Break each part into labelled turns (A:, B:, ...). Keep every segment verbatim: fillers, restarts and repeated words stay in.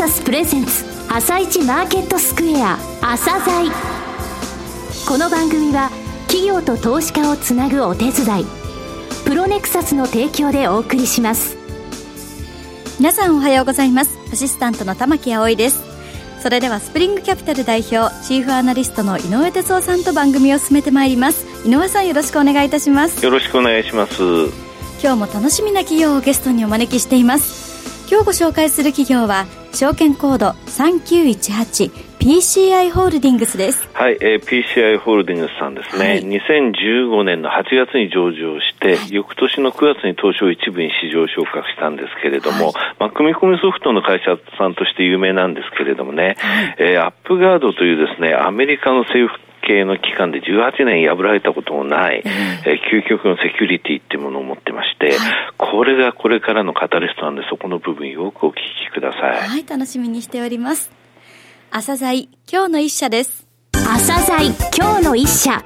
A: サスプレゼンツ朝一マーケットスクエア朝鮮。この番組は企業と投資家をつなぐお手伝いプロネクサスの提供でお送りします。
B: 皆さんおはようございます。アシスタントの玉木葵です。それではスプリングキャピタル代表チーフアナリストの井上哲夫さんと番組を進めてまいります。井上さん、よろしくお願いいたします。
C: よろしくお願いします。
B: 今日も楽しみな企業をゲストにお招きしています。今日ご紹介する企業は証券コードさんきゅういちはち ピーシーアイ ホールディングスです。
C: はい、えー、ピーシーアイ ホールディングスさんですね、はい、にせんじゅうごねんのはちがつに上場して、はい、翌年のくがつに東証一部に市場昇格したんですけれども、はい、まあ、組み込みソフトの会社さんとして有名なんですけれどもね、はい、えー、アップガードというですねアメリカの政府系の機関でじゅうはちねん破られたこともない、えー、究極のセキュリティっていうものを持ってまして、はい、これがこれからのカタリストなんで、そこの部分よくお聞きください。
B: はい、楽しみにしております。朝鮮今日の一社です。
A: 朝鮮今日の一社。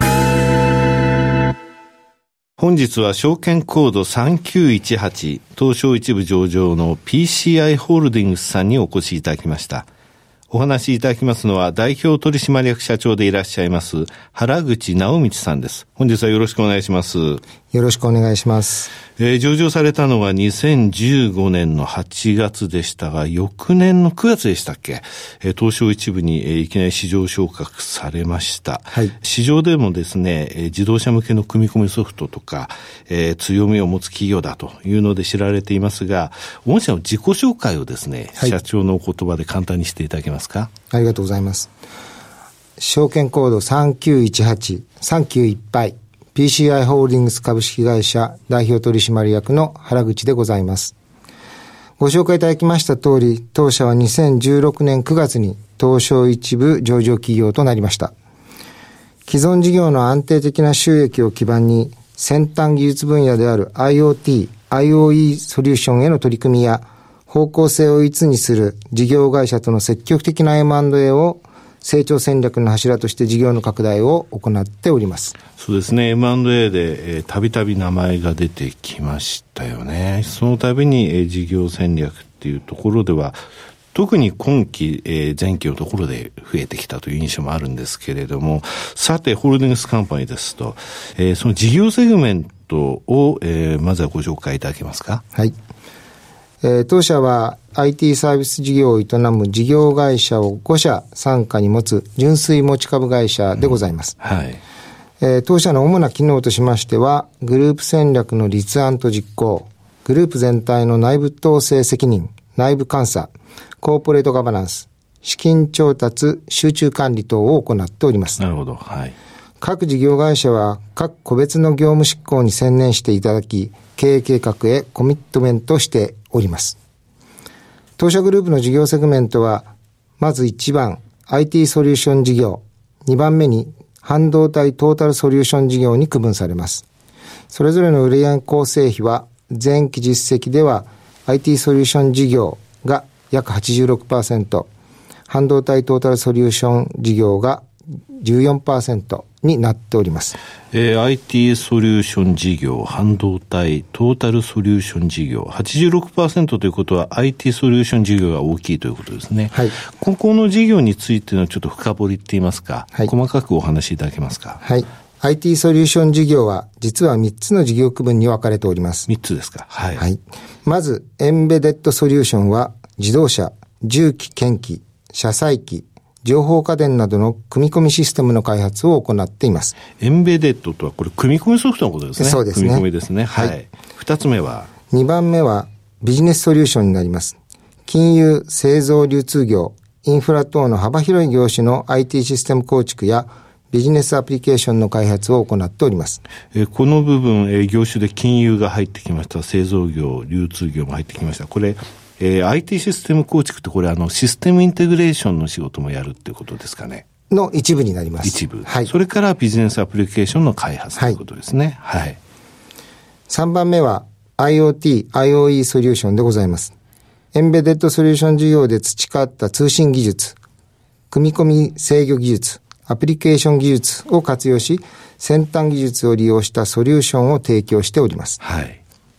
D: 本日は証券コードさんきゅういちはち東証一部上場の ピーシーアイ ホールディングスさんにお越しいただきました。お話しいただきますのは代表取締役社長でいらっしゃいます原口直道さんです。本日はよろしくお願いします。
E: よろしくお願いします。
D: えー、上場されたのがにせんじゅうごねんのはちがつでしたが、翌年のくがつでしたっけ、えー、東証一部に、えー、いきなり市場昇格されました。はい、市場でもですね、えー、自動車向けの組み込みソフトとか、えー、強みを持つ企業だというので知られていますが、御社の自己紹介をですね、はい、社長のお言葉で簡単にしていただけますか。
E: ありがとうございます。証券コードさんきゅういちはちさんきゅういっぱいピーシーアイ ホールディングス株式会社代表取締役の原口でございます。ご紹介いただきました通り、当社はにせんじゅうろくねんくがつに東証一部上場企業となりました。既存事業の安定的な収益を基盤に先端技術分野である IoT、アイオーイー ソリューションへの取り組みや方向性を一にする事業会社との積極的な エムアンドエー を成長戦略の柱として事業の拡大を行っております。
D: そうですね、エムアンドエー で、えー、たびたび名前が出てきましたよね。その度に、えー、事業戦略っていうところでは特に今期、えー、前期のところで増えてきたという印象もあるんですけれども、さてホールディングスカンパニーですと、えー、その事業セグメントを、えー、まずはご紹介いただけますか。
E: はい、えー、当社は アイティー サービス事業を営む事業会社をごしゃ傘下に持つ純粋持ち株会社でございます。うん、はい。えー、当社の主な機能としましては、グループ戦略の立案と実行、グループ全体の内部統制責任、内部監査、コーポレートガバナンス、資金調達、集中管理等を行っております。
D: なるほど。はい。
E: 各事業会社は各個別の業務執行に専念していただき、経営計画へコミットメントしております。当社グループの事業セグメントは、まずいちばん アイティー ソリューション事業、にばんめに半導体トータルソリューション事業に区分されます。それぞれの売上構成比は前期実績では アイティー ソリューション事業が約 はちじゅうろくパーセント、半導体トータルソリューション事業が じゅうよんパーセント になっております。
D: えー、アイティー ソリューション事業、半導体トータルソリューション事業 はちじゅうろくパーセント ということは アイティー ソリューション事業が大きいということですね。はい。ここの事業についてのちょっと深掘りって言いますか、はい、細かくお話しいただけますか。
E: はい。アイティー ソリューション事業は実はみっつの事業区分に分かれております。
D: みっつですか。はい。
E: はい。まずエンベデッドソリューションは自動車、重機、検機、車載機、情報家電などの組み込みシステムの開発を行っています。
D: エンベデッドとはこれ組み込みソフトのことですね。
E: そうですね。
D: 組み込みですね。はい。はい、二つ目は
E: にばんめはビジネスソリューションになります。金融、製造、流通業、インフラ等の幅広い業種の アイティー システム構築やビジネスアプリケーションの開発を行っております。
D: えー、この部分、えー、業種で金融が入ってきました。製造業、流通業も入ってきました。これえー、アイティー システム構築ってこれあのシステムインテグレーションの仕事もやるっていうことですかね。
E: の一部になります。
D: 一部。はい。それからビジネスアプリケーションの開発ということですね。はい。はい、
E: さんばんめは IoT、アイオーイー ソリューションでございます。エンベデッドソリューション事業で培った通信技術、組み込み制御技術、アプリケーション技術を活用し、先端技術を利用したソリューションを提供しております。はい。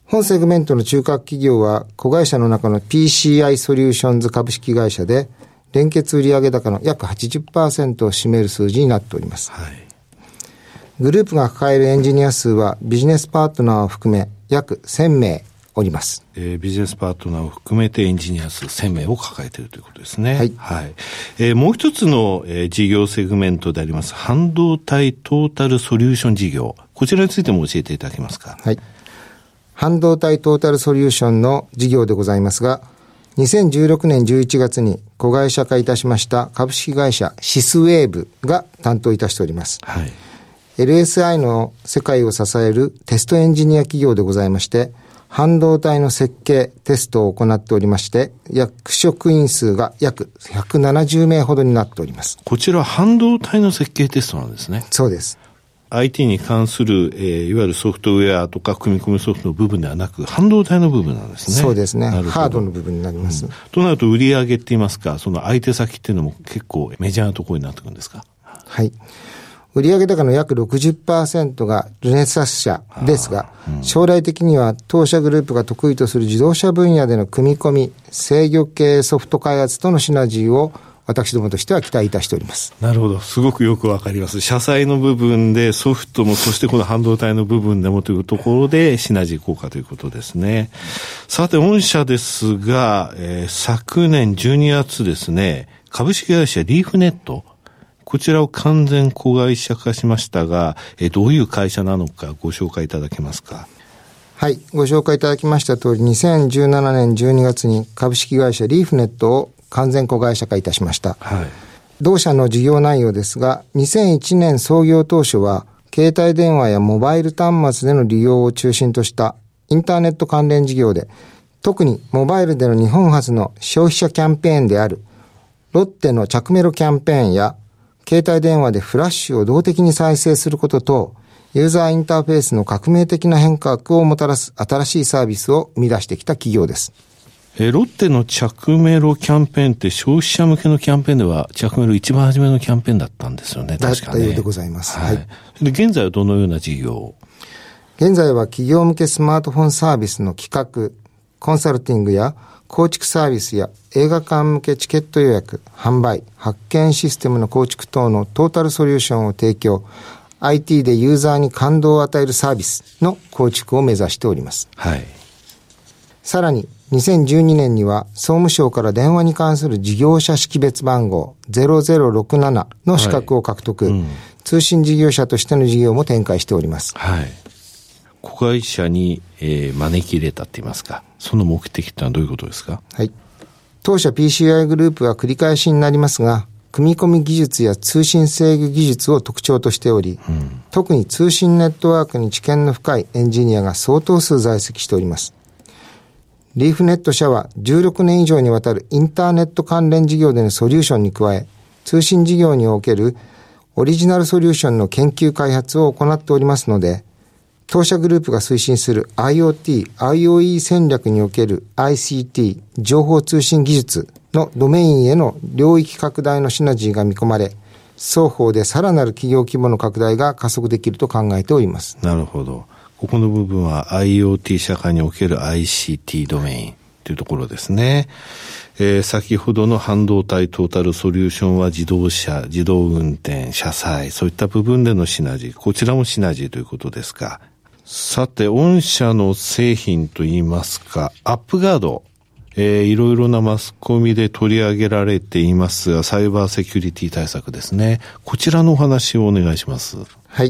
E: 本セグメントの中核企業は子会社の中の ピーシーアイ ソリューションズ株式会社で連結売上高の約 はちじゅっパーセント を占める数字になっております。はい、グループが抱えるエンジニア数はビジネスパートナーを含め約せんめいおります。
D: えー、ビジネスパートナーを含めてエンジニア数せんめいを抱えているということですね。はい。はい。えー、もう一つの、えー、事業セグメントであります半導体トータルソリューション事業。こちらについても教えていただけますか。
E: はい。半導体トータルソリューションの事業でございますが、にせんじゅうろくねんじゅういちがつに子会社化いたしました株式会社シスウェーブが担当いたしております。はい。エルエスアイ の世界を支えるテストエンジニア企業でございまして、半導体の設計、テストを行っておりまして、役職員数が約ひゃくななじゅうめいほどになっております。
D: こちらは半導体の設計テストなんですね。
E: そうです。
D: アイティー に関する、えー、いわゆるソフトウェアとか組み込みソフトの部分ではなく、半導体の部分なんですね。
E: そうですね。ハードの部分になります。うん、
D: となると、売上って言いますか、その相手先っていうのも結構メジャーなところになってくるんですか。
E: はい。売上高の約 ろくじゅっパーセント がルネサス社ですが、うん、将来的には当社グループが得意とする自動車分野での組み込み、制御系ソフト開発とのシナジーを私どもとしては期待いたしております。
D: なるほど。すごくよくわかります。車載の部分でソフトも、そしてこの半導体の部分でもというところでシナジー効果ということですね。さて、御社ですが、えー、昨年じゅうにがつですね、株式会社リーフネット、こちらを完全子会社化しましたが、えー、どういう会社なのかご紹介いただけますか。
E: はい。ご紹介いただきました通り、にせんじゅうななねんじゅうにがつに株式会社リーフネットを完全子会社化いたしました。はい、同社の事業内容ですが、にせんいちねん創業当初は、携帯電話やモバイル端末での利用を中心としたインターネット関連事業で、特にモバイルでの日本初の消費者キャンペーンである、ロッテの着メロキャンペーンや、携帯電話でフラッシュを動的に再生することと、ユーザーインターフェースの革命的な変革をもたらす新しいサービスを生み出してきた企業です。
D: えー、ロッテの着メロキャンペーンって消費者向けのキャンペーンでは着メロ一番初めのキャンペーンだったんですよね。確かね。
E: だったようでございます。はい。はい、
D: で現在はどのような事業を？
E: 現在は企業向けスマートフォンサービスの企画、コンサルティングや構築サービスや映画館向けチケット予約、販売、発券システムの構築等のトータルソリューションを提供、アイティー でユーザーに感動を与えるサービスの構築を目指しております。はい。さらに、にせんじゅうにねんには総務省から電話に関する事業者識別番号ゼロゼロろくななの資格を獲得、はい、うん、通信事業者としての事業も展開しております。はい。
D: 子会社に、えー、招き入れたって言いますか、その目的ってのはどういうことですか？
E: はい。当社 ピーシーアイ グループは繰り返しになりますが、組み込み技術や通信制御技術を特徴としており、うん、特に通信ネットワークに知見の深いエンジニアが相当数在籍しております。リーフネット社はじゅうろくねん以上にわたるインターネット関連事業でのソリューションに加え、通信事業におけるオリジナルソリューションの研究開発を行っておりますので、当社グループが推進する IoT、アイオーイー 戦略における アイシーティー、情報通信技術のドメインへの領域拡大のシナジーが見込まれ、双方でさらなる企業規模の拡大が加速できると考えております。
D: なるほど。ここの部分は IoT 社会における アイシーティー ドメインというところですね。えー、先ほどの半導体トータルソリューションは自動車、自動運転、車載、そういった部分でのシナジー、こちらもシナジーということですか。さて、御社の製品といいますか、アップガード、えー、いろいろなマスコミで取り上げられていますが、サイバーセキュリティ対策ですね。こちらのお話をお願いします。
E: はい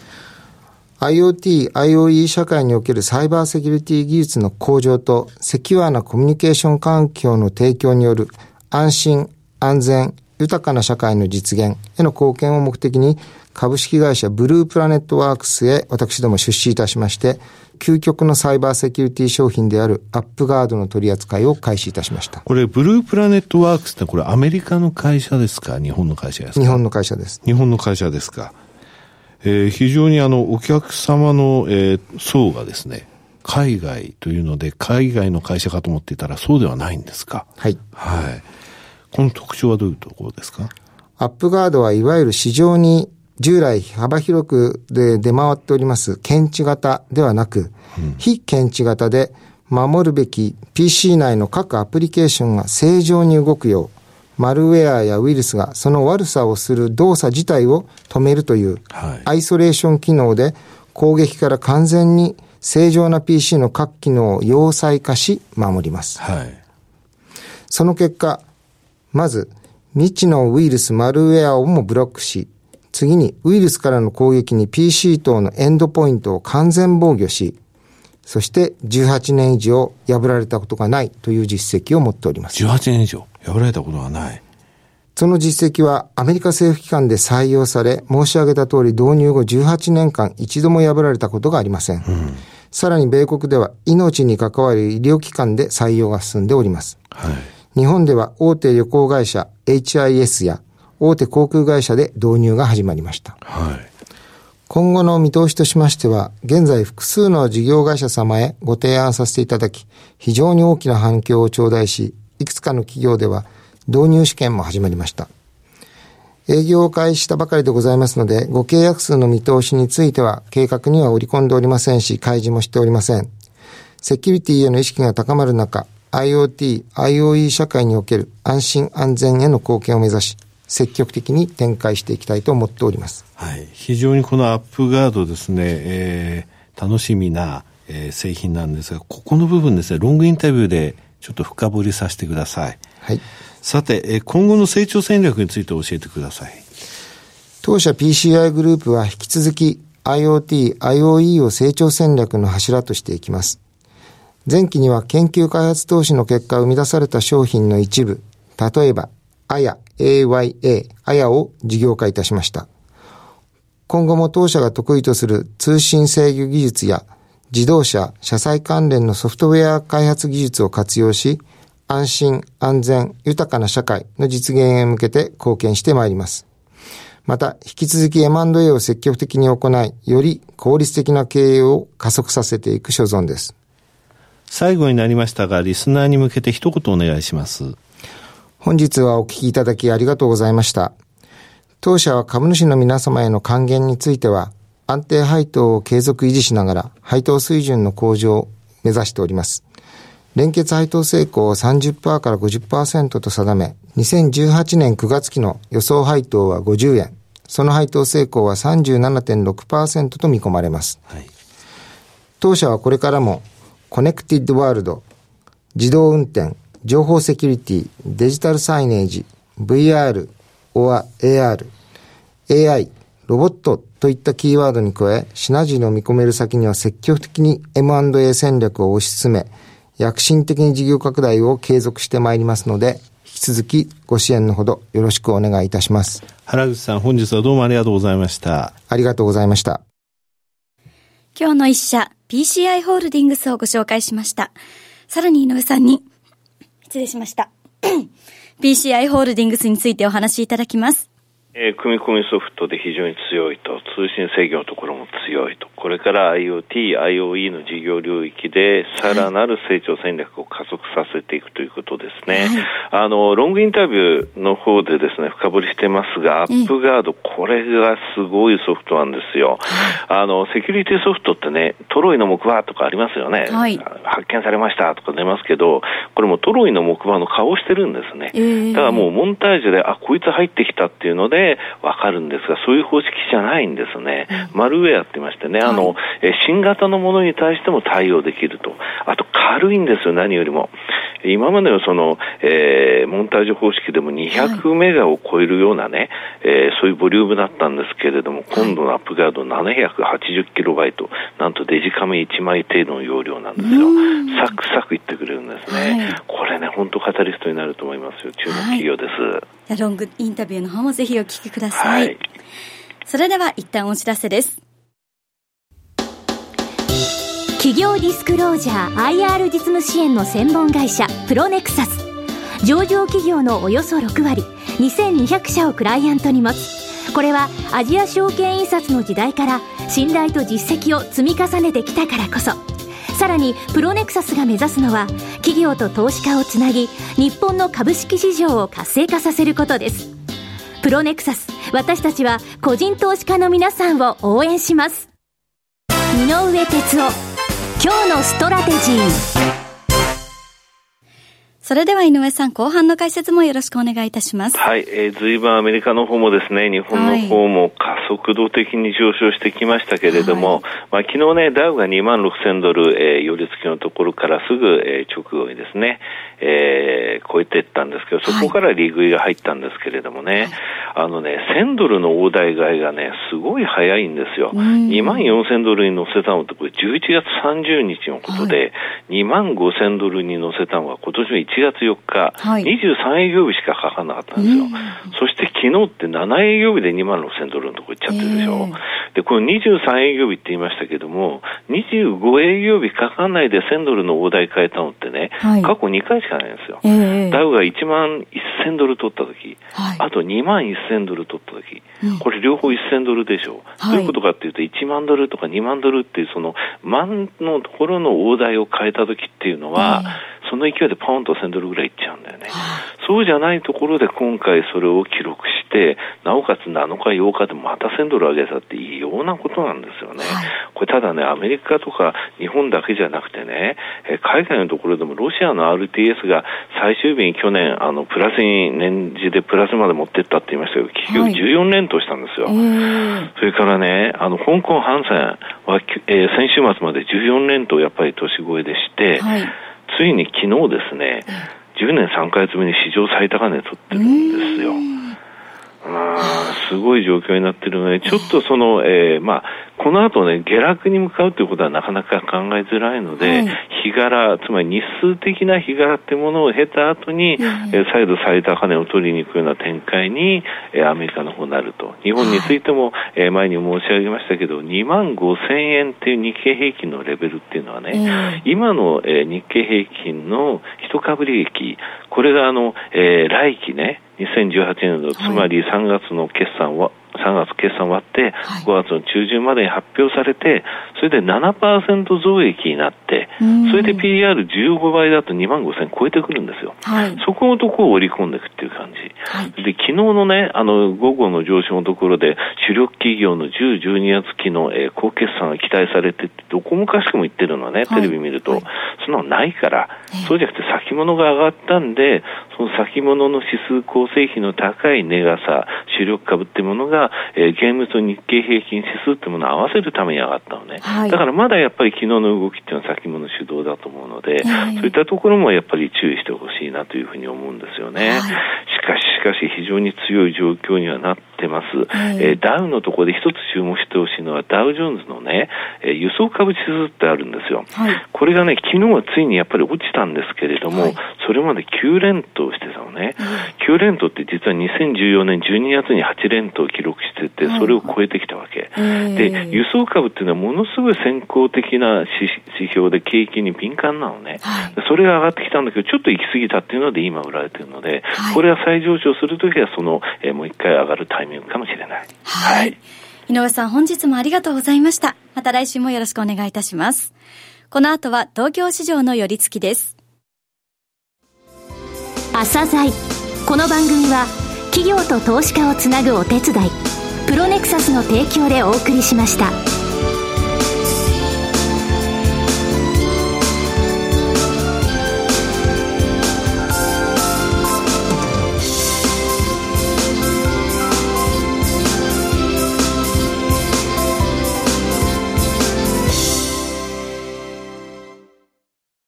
E: 。IoT、アイオーイー 社会におけるサイバーセキュリティ技術の向上とセキュアなコミュニケーション環境の提供による安心、安全、豊かな社会の実現への貢献を目的に株式会社ブループラネットワークスへ私ども出資いたしまして、究極のサイバーセキュリティ商品であるアップガードの取り扱いを開始いたしました。
D: これブループラネットワークスってこれアメリカの会社ですか？日本の会社ですか？
E: 日本の会社です。
D: 日本の会社ですか。えー、非常にあのお客様の、えー、層がですね、海外というので海外の会社かと思っていたらそうではないんですか？
E: はい。
D: はい。この特徴はどういうところですか？
E: アップガードはいわゆる市場に従来幅広くで出回っております検知型ではなく、うん、非検知型で守るべき ピーシー 内の各アプリケーションが正常に動くよう、マルウェアやウイルスがその悪さをする動作自体を止めるという、はい、アイソレーション機能で攻撃から完全に正常な ピーシー の各機能を要塞化し守ります。はい、その結果、まず未知のウイルスマルウェアをもブロックし、次にウイルスからの攻撃に ピーシー 等のエンドポイントを完全防御し、そしてじゅうはちねん以上破られたことがないという実績を持っております。
D: じゅうはちねん以上破られたことがない。
E: その実績はアメリカ政府機関で採用され、申し上げた通り導入後じゅうはちねんかん一度も破られたことがありません。うん、さらに米国では命に関わる医療機関で採用が進んでおります。はい、日本では大手旅行会社 エイチアイエス や大手航空会社で導入が始まりました。はい、今後の見通しとしましては、現在複数の事業会社様へご提案させていただき、非常に大きな反響を頂戴し、いくつかの企業では導入試験も始まりました。営業を開始したばかりでございますので、ご契約数の見通しについては計画には織り込んでおりませんし、開示もしておりません。セキュリティへの意識が高まる中、IoT、アイオーイー 社会における安心安全への貢献を目指し、積極的に展開していきたいと思っております。
D: はい、非常にこのアップガードですね、えー、楽しみな、えー、製品なんですが、ここの部分ですね、ロングインタビューでちょっと深掘りさせてください。はい。さて、えー、今後の成長戦略について教えてください。
E: 当社 ピーシーアイ グループは引き続き IoT、アイオーイー を成長戦略の柱としていきます。前期には研究開発投資の結果生み出された商品の一部、例えば エーワイエー、エーワイエー を事業化いたしました。今後も当社が得意とする通信制御技術や自動車、車載関連のソフトウェア開発技術を活用し、安心、安全、豊かな社会の実現へ向けて貢献してまいります。また、引き続き エムアンドエー を積極的に行い、より効率的な経営を加速させていく所存です。
D: 最後になりましたが、リスナーに向けて一言お願いします。
E: 本日はお聞きいただきありがとうございました。当社は株主の皆様への還元については、安定配当を継続維持しながら、配当水準の向上を目指しております。連結配当成功を さんじゅっパーセント から ごじゅっパーセント と定め、にせんじゅうはちねんくがつ期の予想配当はごじゅうえん、その配当成功は さんじゅうななてんろくパーセント と見込まれます。はい、当社はこれからも、コネクティッドワールド、自動運転、情報セキュリティ、デジタルサイネージ、ブイアール、or エーアール、エーアイ、ロボットといったキーワードに加え、シナジーの見込める先には積極的に エムアンドエー 戦略を推し進め、躍進的に事業拡大を継続してまいりますので、引き続きご支援のほどよろしくお願いいたします。
D: 原口さん、本日はどうもありがとうございました。
E: ありがとうございました。
B: 今日の一社、ピーシーアイ ホールディングスをご紹介しました。さらに井上さんに、失礼しました。ピーシーアイ ホールディングスについてお話しいただきます。
C: えー、組み込みソフトで非常に強いと、通信制御のところも強いと、これから IoT、アイオーイー の事業領域でさらなる成長戦略を加速させていくということですね。はい、あの、ロングインタビューの方でですね、深掘りしてますが、アップガード、これがすごいソフトなんですよ。あの、セキュリティソフトってね、トロイの木馬とかありますよね。はい、発見されましたとか出ますけど、これもトロイの木馬の顔をしてるんですね。えー、だからもうモンタージュで、あ、こいつ入ってきたっていうので、わかるんですが、そういう方式じゃないんですね。うん、マルウェアって言いましてね、あの、はい、え新型のものに対しても対応できると。あと軽いんですよ、何よりも。今までのその、えー、モンタージュ方式でもにひゃくメガを超えるようなね、はい、えー、そういうボリュームだったんですけれども、今度のアップガードななひゃくはちじゅっキロバイト、なんとデジカメいちまい程度の容量なんですよ。サクサクいってくれるんですね。はい、これね、本当カタリストになると思いますよ。注目企業です。はい、
B: ロングインタビューの方もぜひお聞きください。はい、それでは一旦お知らせです。
A: 企業ディスクロージャー アイアール 実務支援の専門会社プロネクサス。上場企業のおよそろくわり、にせんにひゃくしゃをクライアントに持つ。これはアジア証券印刷の時代から信頼と実績を積み重ねてきたからこそ。さらにプロネクサスが目指すのは、企業と投資家をつなぎ、日本の株式市場を活性化させることです。 プロネクサス、私たちは個人投資家の皆さんを応援します。井上哲夫、今日のストラテジー。
B: それでは井上さん、後半の解説もよろしくお願いいたします。
C: はい、えー、随分アメリカの方もですね、日本の方も加速度的に上昇してきましたけれども、はい、まあ、昨日ね、ダウがにまんろくせんドル、えー、寄り付きのところからすぐ、えー、直後にですね、えー、超えていったんですけど、そこから利食いが入ったんですけれどもね、はい、あのね、せんドルの大台買いがね、すごい早いんですよ。にまんよんせんドルに乗せたのって、これじゅういちがつさんじゅうにちのことで、はい、にまんごせんドルに乗せたのが今年のいちがつよっか、はい、にじゅうさんえいぎょうびしかかかんなかったんですよ。そして昨日ってななえいぎょうびでにまんろくせんドルのとこ行っちゃってるでしょ。えー、で、このにじゅうさんえいぎょうびって言いましたけども、にじゅうごえいぎょうびかかんないでせんドルの大台買えたのってね、はい、過去にかいしかないんですよ。えー、ダウがいちまんせんドル取った時、はい、あとにまんせんドル取った時、うん、これ両方せんドルでしょ。はい、どういうことかっていうと、いちまんドルとかにまんドルっていうその万のところの大台を変えた時っていうのは、えーその勢いでパウンドせんドルぐらいいっちゃうんだよね。そうじゃないところで今回それを記録して、なおかつなのかようかでまたせんドル上げたって異様なことなんですよね。はい、これただね、アメリカとか日本だけじゃなくてね、え海外のところでもロシアの アールティーエス が最終日に去年、あの、プラスに年次でプラスまで持ってったって言いましたけど、結局じゅうよんれんとうしたんですよ。はい、それからね、あの、香港ハンセンは、えー、先週末までじゅうよんれんとうやっぱり年越えでして、はい、ついに昨日ですね、じゅうねんさんかげつぶりに史上最高値取ってるんですよ。まあ、すごい状況になってるので、ちょっとその、えー、まあ、この後ね、下落に向かうということはなかなか考えづらいので、はい、日柄、つまり日数的な日柄ってものを経た後に、うんえー、再度最高値を取りに行くような展開に、えー、アメリカの方になると。日本についても、はいえー、前に申し上げましたけど、にまんごせんえんっていう日経平均のレベルっていうのはね、うん、今の、えー、日経平均の一株利益、これがあの、えー、来期ね、にせんじゅうはちねん度、つまりさんがつの決算は、さんがつ決算終わって、ごがつの中旬までに発表されて、それで ななパーセント 増益になって、それで ピーアールじゅうごばいだとにまんごせん超えてくるんですよ。はい、そこのところを織り込んでいくっていう感じ。はい、で、昨日のね、あの、午後の上昇のところで、主力企業のじゅう、じゅうにがつ期の、えー、高決算が期待されてって、どこもかしくも言ってるのね、テレビ見ると。はい、そんなのないから、そうじゃなくて先物が上がったんで、その先物の指数構成比の高い値傘、主力株ってものが、えー、現物の日経平均指数ってものを合わせるために上がったのね。はい、だからまだやっぱり昨日の動きっていうのは先物主導だと思うので、はい、そういったところもやっぱり注意してほしいなというふうに思うんですよね。はい、しかし、しかし非常に強い状況にはなってます。はい、えー、ダウのところで一つ注目してほしいのはダウジョーンズのね、えー、輸送株指数ってあるんですよ。はい、これがね、昨日はついにやっぱり落ちたんですけれども、はい、それまできゅうれんとうしてたのね。きゅうれんとうって実はにせんじゅうよねんじゅうにがつにはちれんとうを記録してて、それを超えてきたわけ。で、輸送株っていうのはものすごい先行的な指標で景気に敏感なのね。はい、それが上がってきたんだけど、ちょっと行き過ぎたっていうので今売られてるので、はい、これは再上昇するときはその、えー、もう一回上がるタイミングかもしれない。はい。
B: はい、井上さん、本日もありがとうございました。また来週もよろしくお願いいたします。この後は東京市場の寄り付きです。
A: 朝鮮。この番組は企業と投資家をつなぐお手伝い、プロネクサスの提供でお送りしました。